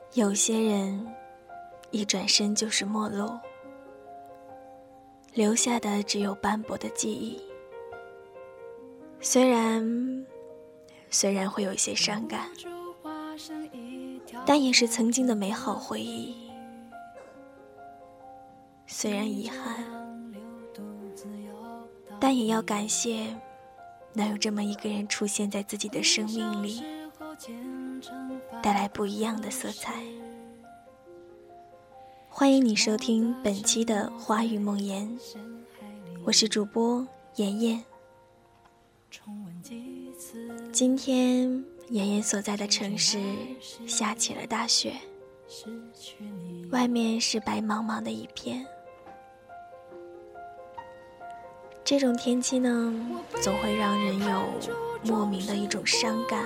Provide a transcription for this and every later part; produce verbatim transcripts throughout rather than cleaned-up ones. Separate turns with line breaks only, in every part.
有些人一转身就是陌路，留下的只有斑驳的记忆。虽然虽然会有一些伤感，但也是曾经的美好回忆。虽然遗憾，但也要感谢能有这么一个人出现在自己的生命里，带来不一样的色彩。欢迎你收听本期的花语梦言，我是主播妍妍。今天妍妍所在的城市下起了大雪，外面是白茫茫的一片。这种天气呢，总会让人有莫名的一种伤感，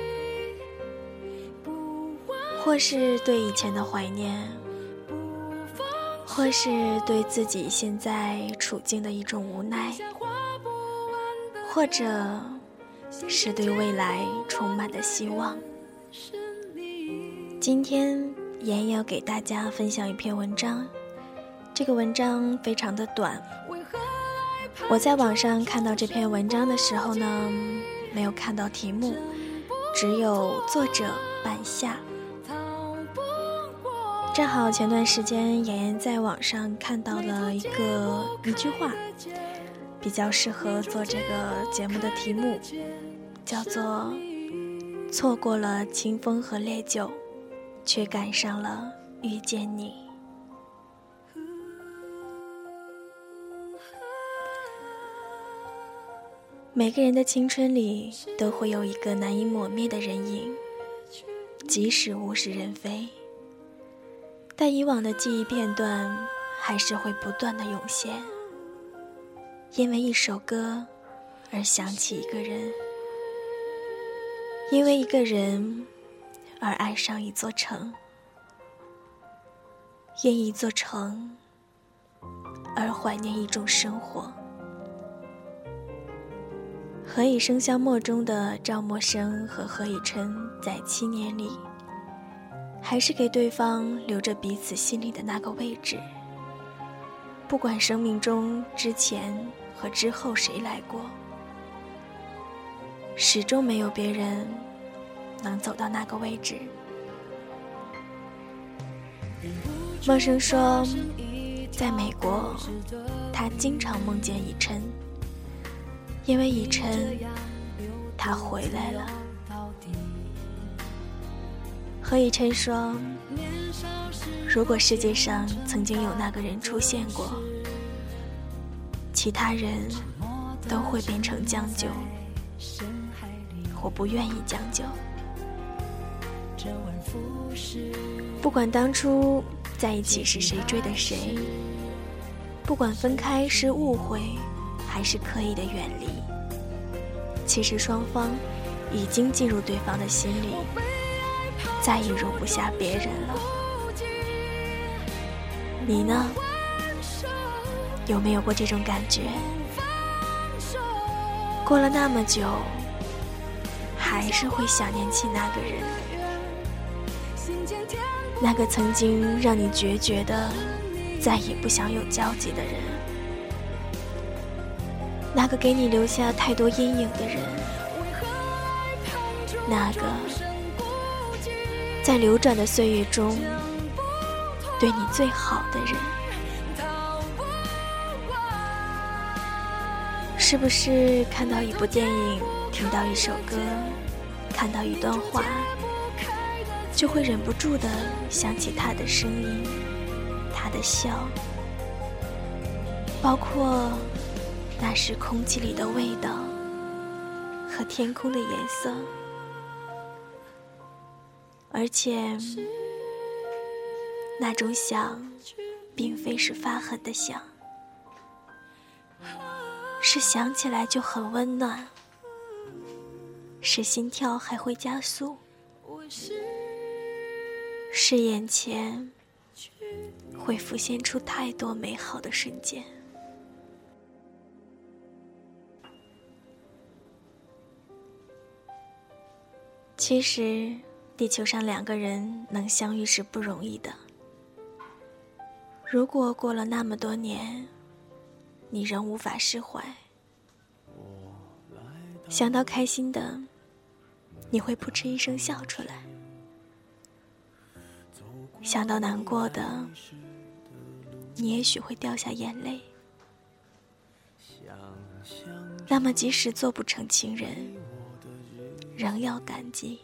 或是对以前的怀念，或是对自己现在处境的一种无奈，或者是对未来充满的希望。今天妍妍要给大家分享一篇文章，这个文章非常的短。我在网上看到这篇文章的时候呢，没有看到题目，只有作者半夏。正好前段时间妍妍在网上看到了一个一句话，比较适合做这个节目的题目，叫做错过了清风和烈酒，却赶上了遇见你。每个人的青春里都会有一个难以抹灭的人影，即使物是人非，但以往的记忆片段还是会不断的涌现，因为一首歌而想起一个人，因为一个人而爱上一座城，因一座城而怀念一种生活。何以笙箫默中的赵默笙和何以琛在七年里，还是给对方留着彼此心里的那个位置。不管生命中之前和之后谁来过，始终没有别人能走到那个位置。默笙说，在美国，他经常梦见以琛，因为以琛他回来了。何以琛说，如果世界上曾经有那个人出现过，其他人都会变成将就，我不愿意将就。不管当初在一起是谁追的谁，不管分开是误会还是刻意的远离，其实双方已经进入对方的心里，再也容不下别人了。你呢？有没有过这种感觉？过了那么久，还是会想念起那个人，那个曾经让你决绝的再也不想有交集的人，那个给你留下太多阴影的人，那个在流转的岁月中对你最好的人。是不是看到一部电影，听到一首歌，看到一段话，就会忍不住地想起他的声音，他的笑，包括那是空气里的味道和天空的颜色。而且那种想并非是发狠的想，是想起来就很温暖，是心跳还会加速，是眼前会浮现出太多美好的瞬间。其实地球上两个人能相遇是不容易的。如果过了那么多年，你仍无法释怀，想到开心的，你会扑哧一声笑出来；想到难过的，你也许会掉下眼泪。那么即使做不成情人，仍要感激。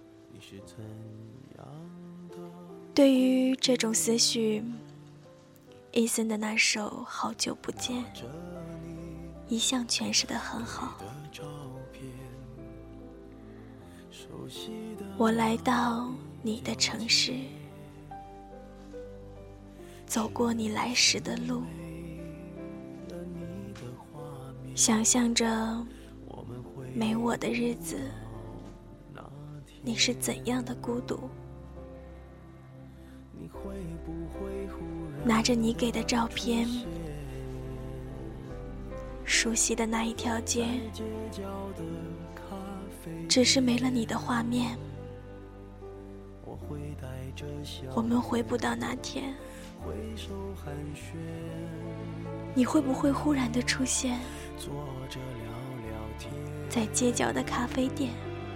对于这种思绪，伊森的那首《好久不见》一向诠释得很好。我来到你的城市，走过你来时的路，想象着没我的日子，你是怎样的孤独。拿着你给的照片，熟悉的那一条街，只是没了你的画面。我们回不到那天，你会不会忽然的出现在街角的咖啡店？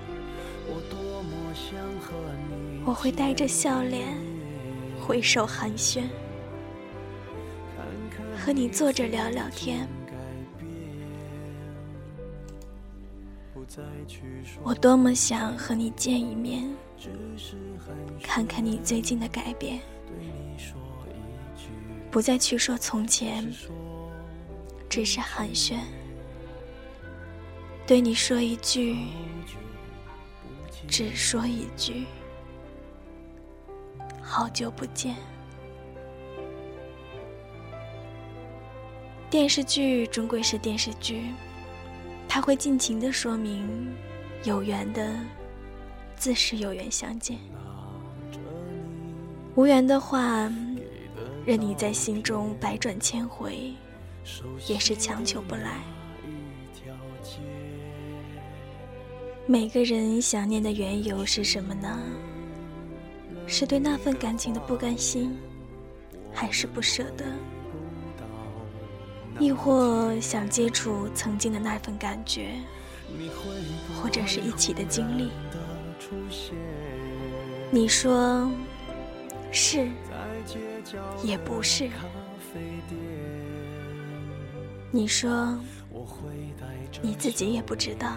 我会带着笑脸挥手寒暄，和你坐着聊聊天。我多么想和你见一面，看看你最近的改变，不再去说从前，只是寒暄，对你说一句，只说一句，好久不见。电视剧终归是电视剧，它会尽情地说明，有缘的自是有缘相见，无缘的话，任你在心中百转千回，也是强求不来。每个人想念的缘由是什么呢？是对那份感情的不甘心，还是不舍得？亦或想接触曾经的那份感觉，或者是一起的经历？你说是，也不是。你说你自己也不知道。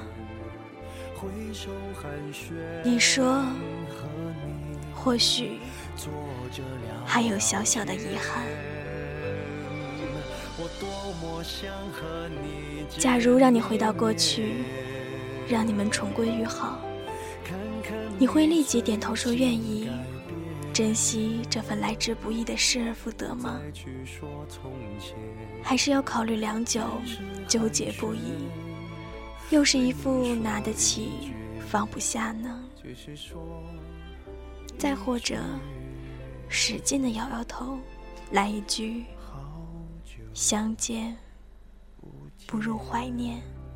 你说或许还有小小的遗憾。假如让你回到过去，让你们重归于好，你会立即点头说愿意，珍惜这份来之不易的失而复得吗？还是要考虑良久，纠结不已，又是一副拿得起放不下呢？再或者使劲地摇摇头，来一句相见不如怀念。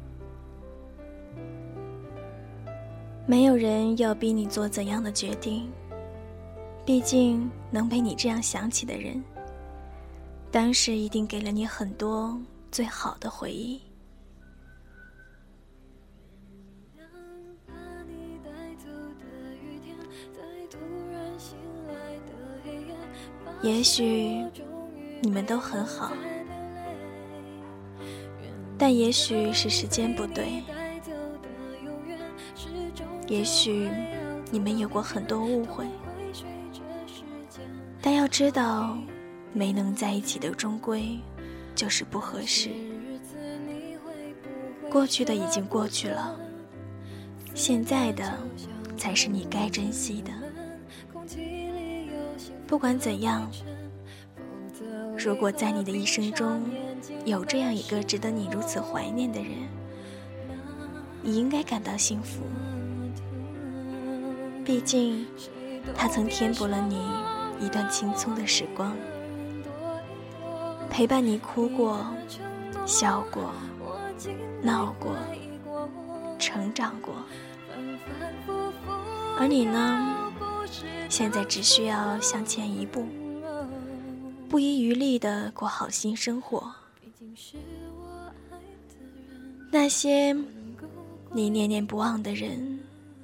没有人要逼你做怎样的决定，毕竟能被你这样想起的人，当时一定给了你很多最好的回忆。也许你们都很好，但也许是时间不对，也许你们有过很多误会，但要知道，没能在一起的终归就是不合适。过去的已经过去了，现在的才是你该珍惜的。不管怎样，如果在你的一生中有这样一个值得你如此怀念的人，你应该感到幸福。毕竟他曾填补了你一段青葱的时光，陪伴你哭过、笑过、闹过、成长过。而你呢， 现在只需要向前一步，不遗余力地过好新生活。那些你念念不忘的人，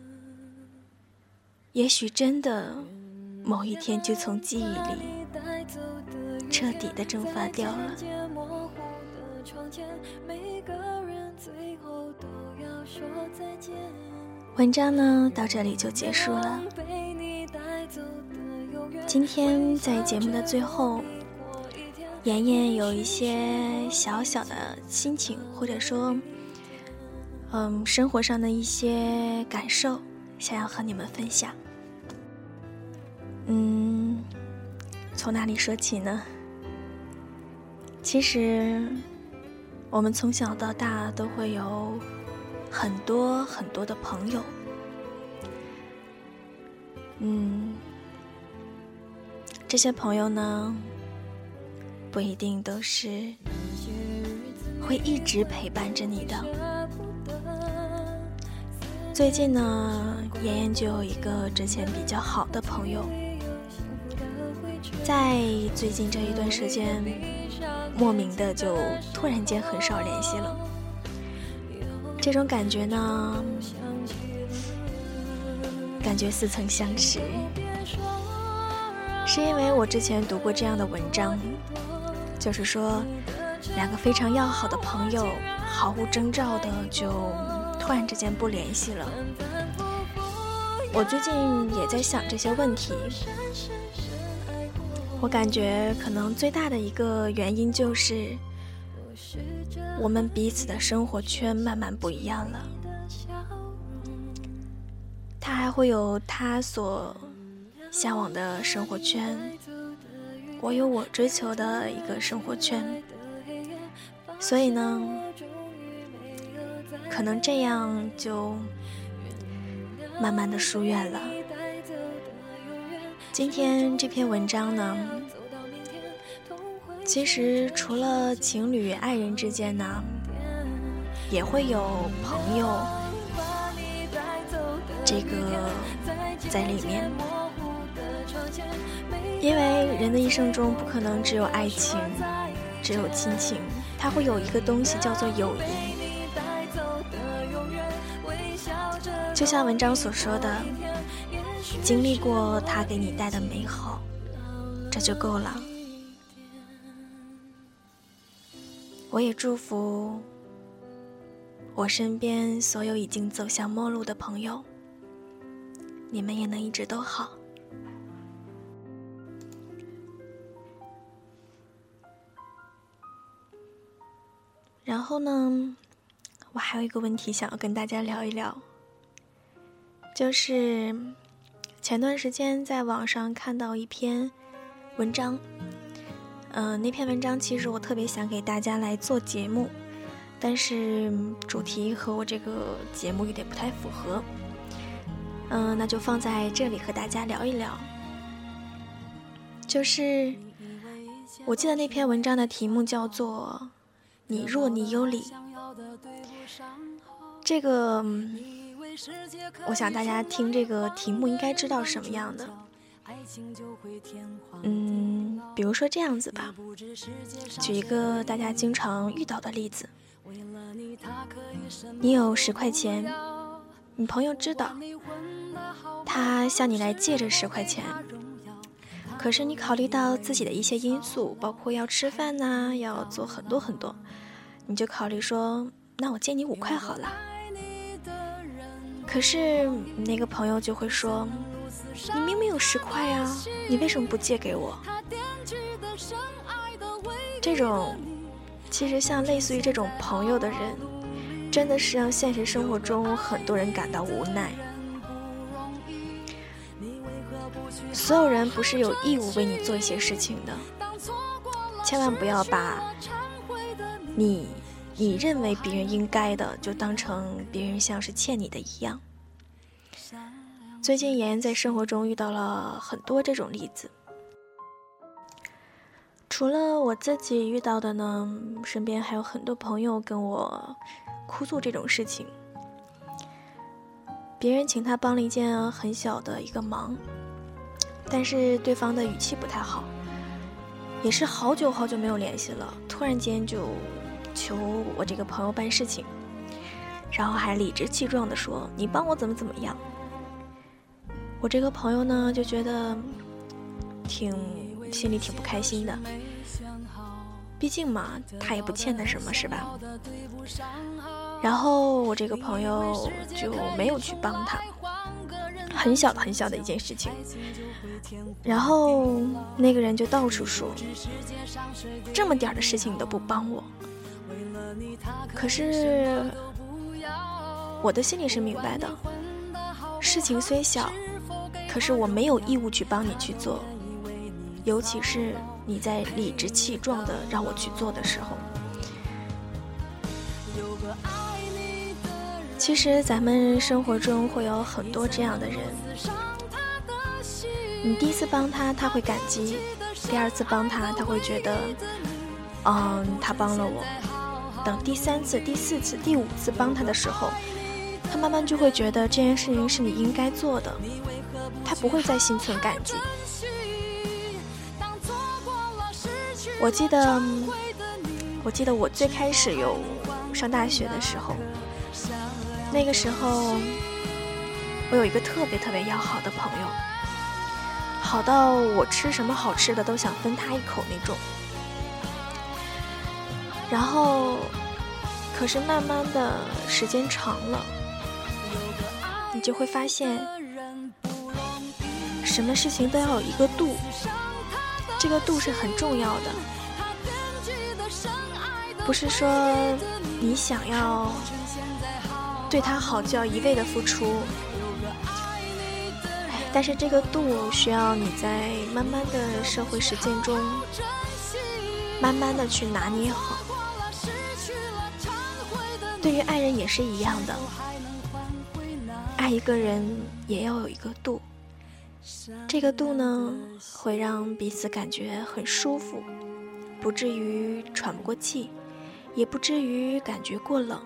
也许真的某一天就从记忆里彻底的蒸发掉了。文章呢，到这里就结束了。今天在节目的最后，妍妍有一些小小的心情，或者说嗯，生活上的一些感受，想要和你们分享。嗯，从哪里说起呢？其实我们从小到大都会有很多很多的朋友，嗯，这些朋友呢，不一定都是会一直陪伴着你的。最近呢，妍妍就有一个之前比较好的朋友，在最近这一段时间，莫名的就突然间很少联系了。这种感觉呢，感觉似曾相识，是因为我之前读过这样的文章，就是说两个非常要好的朋友毫无征兆的就突然之间不联系了。我最近也在想这些问题，我感觉可能最大的一个原因就是我们彼此的生活圈慢慢不一样了。他还会有他所向往的生活圈，我有我追求的一个生活圈，所以呢，可能这样就慢慢的疏远了。今天这篇文章呢，其实除了情侣爱人之间呢，也会有朋友这个在里面，因为人的一生中不可能只有爱情，只有亲情，它会有一个东西叫做友谊。就像文章所说的，经历过他给你带的美好，这就够了。我也祝福我身边所有已经走向末路的朋友，你们也能一直都好。然后呢，我还有一个问题想要跟大家聊一聊，就是前段时间在网上看到一篇文章，呃，那篇文章其实我特别想给大家来做节目，但是主题和我这个节目有点不太符合，嗯、呃，那就放在这里和大家聊一聊。就是我记得那篇文章的题目叫做“你若你有理”，这个。我想大家听这个题目应该知道什么样的。嗯，比如说这样子吧，举一个大家经常遇到的例子，你有十块钱，你朋友知道，他向你来借这十块钱，可是你考虑到自己的一些因素，包括要吃饭呐、啊，要做很多很多，你就考虑说，那我借你五块好了。可是那个朋友就会说，你明明有十块啊，你为什么不借给我？这种其实像类似于这种朋友的人，真的是让现实生活中很多人感到无奈。所有人不是有义务为你做一些事情的，千万不要把你你认为别人应该的就当成别人像是欠你的一样。最近妍妍在生活中遇到了很多这种例子，除了我自己遇到的呢，身边还有很多朋友跟我哭诉这种事情。别人请他帮了一件很小的一个忙， 但是对方的语气不太好，也是好久好久没有联系了，突然间就求我这个朋友办事情，然后还理直气壮地说你帮我怎么怎么样。我这个朋友呢就觉得挺心里挺不开心的，毕竟嘛他也不欠他什么，是吧？然后我这个朋友就没有去帮他，很小很小的一件事情，然后那个人就到处说这么点的事情你都不帮我。可是我的心里是明白的，事情虽小，可是我没有义务去帮你去做，尤其是你在理直气壮的让我去做的时候。其实咱们生活中会有很多这样的人，你第一次帮他他会感激，第二次帮他他会觉得嗯，他帮了我，等第三次第四次第五次帮他的时候，他慢慢就会觉得这件事情是你应该做的，他不会再心存感激。我记得我记得我最开始有上大学的时候，那个时候我有一个特别特别要好的朋友，好到我吃什么好吃的都想分他一口那种。然后可是慢慢的时间长了，你就会发现什么事情都要有一个度，这个度是很重要的，不是说你想要对他好就要一味的付出，但是这个度需要你在慢慢的社会实践中慢慢的去拿捏好。对于爱人也是一样的，爱一个人也要有一个度，这个度呢会让彼此感觉很舒服，不至于喘不过气，也不至于感觉过冷。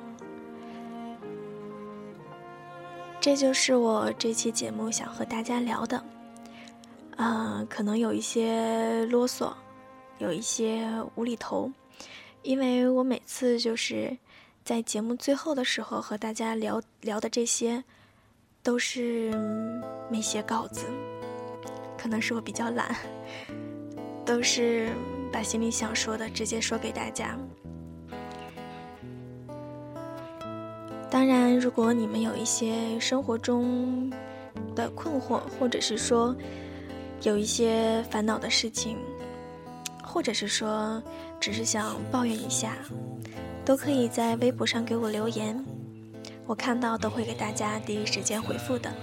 这就是我这期节目想和大家聊的，呃，可能有一些啰嗦，有一些无厘头，因为我每次就是在节目最后的时候和大家聊聊的这些都是没写稿子，可能是我比较懒，都是把心里想说的直接说给大家。当然如果你们有一些生活中的困惑，或者是说有一些烦恼的事情，或者是说只是想抱怨一下，都可以在微博上给我留言，我看到都会给大家第一时间回复的。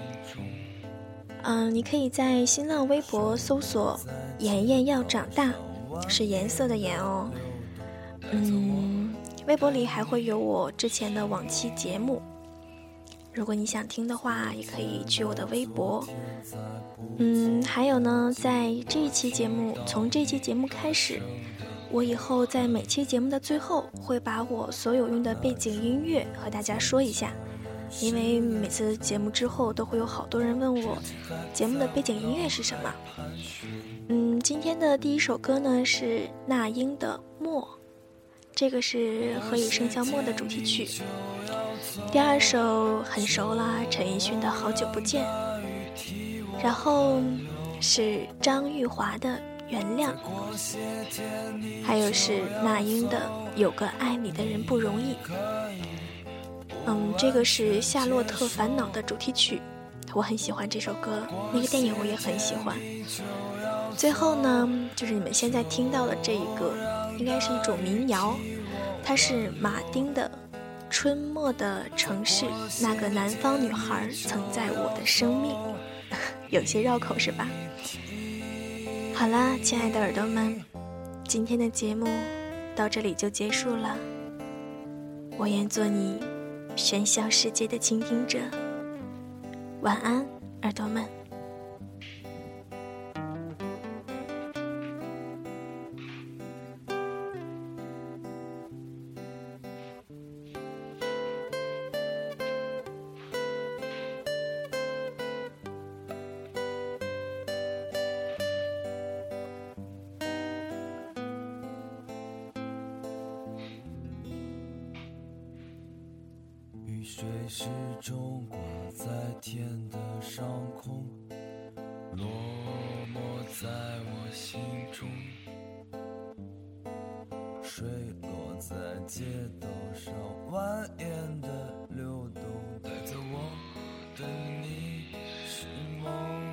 嗯，你可以在新浪微博搜索妍妍要长大，是颜色的颜哦。嗯，微博里还会有我之前的往期节目，如果你想听的话也可以去我的微博。嗯，还有呢，在这一期节目从这期节目开始，我以后在每期节目的最后会把我所有用的背景音乐和大家说一下，因为每次节目之后都会有好多人问我节目的背景音乐是什么。嗯，今天的第一首歌呢是那英的默，这个是何以笙箫默的主题曲。第二首很熟啦，陈奕迅的好久不见，然后是张玉华的原谅，还有是那英的有个爱你的人不容易。嗯，这个是夏洛特烦恼的主题曲，我很喜欢这首歌，那个电影我也很喜欢。最后呢，就是你们现在听到的这一个应该是一种民谣，它是马丁的春末的城市，那个南方女孩曾在我的生命有些绕口是吧？好啦，亲爱的耳朵们，今天的节目到这里就结束了，我愿做你喧嚣世界的倾听者，晚安耳朵们。
水始终挂在天的上空，落寞在我心中，水落在街道上蜿蜒的流动，带走我的你是梦。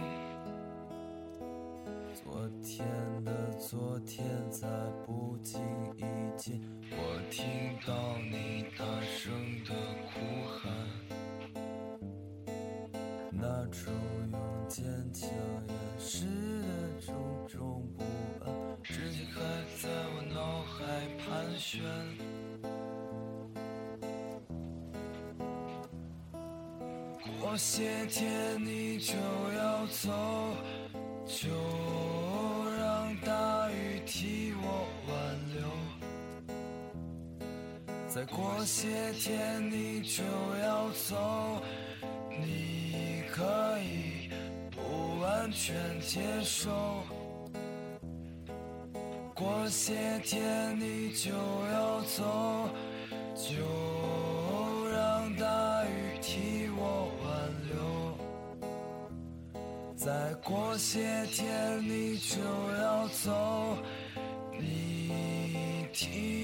昨天的昨天，在不经意间，我听到你大声的哭喊，那种用坚强掩饰的种种不安，至今还在我脑海盘旋。过些天你就要走，就让大雨替我挽留。再过些天你就要走，你可以不完全接受。过些天你就要走，就让大雨替我挽留。再过些天你就要走，你替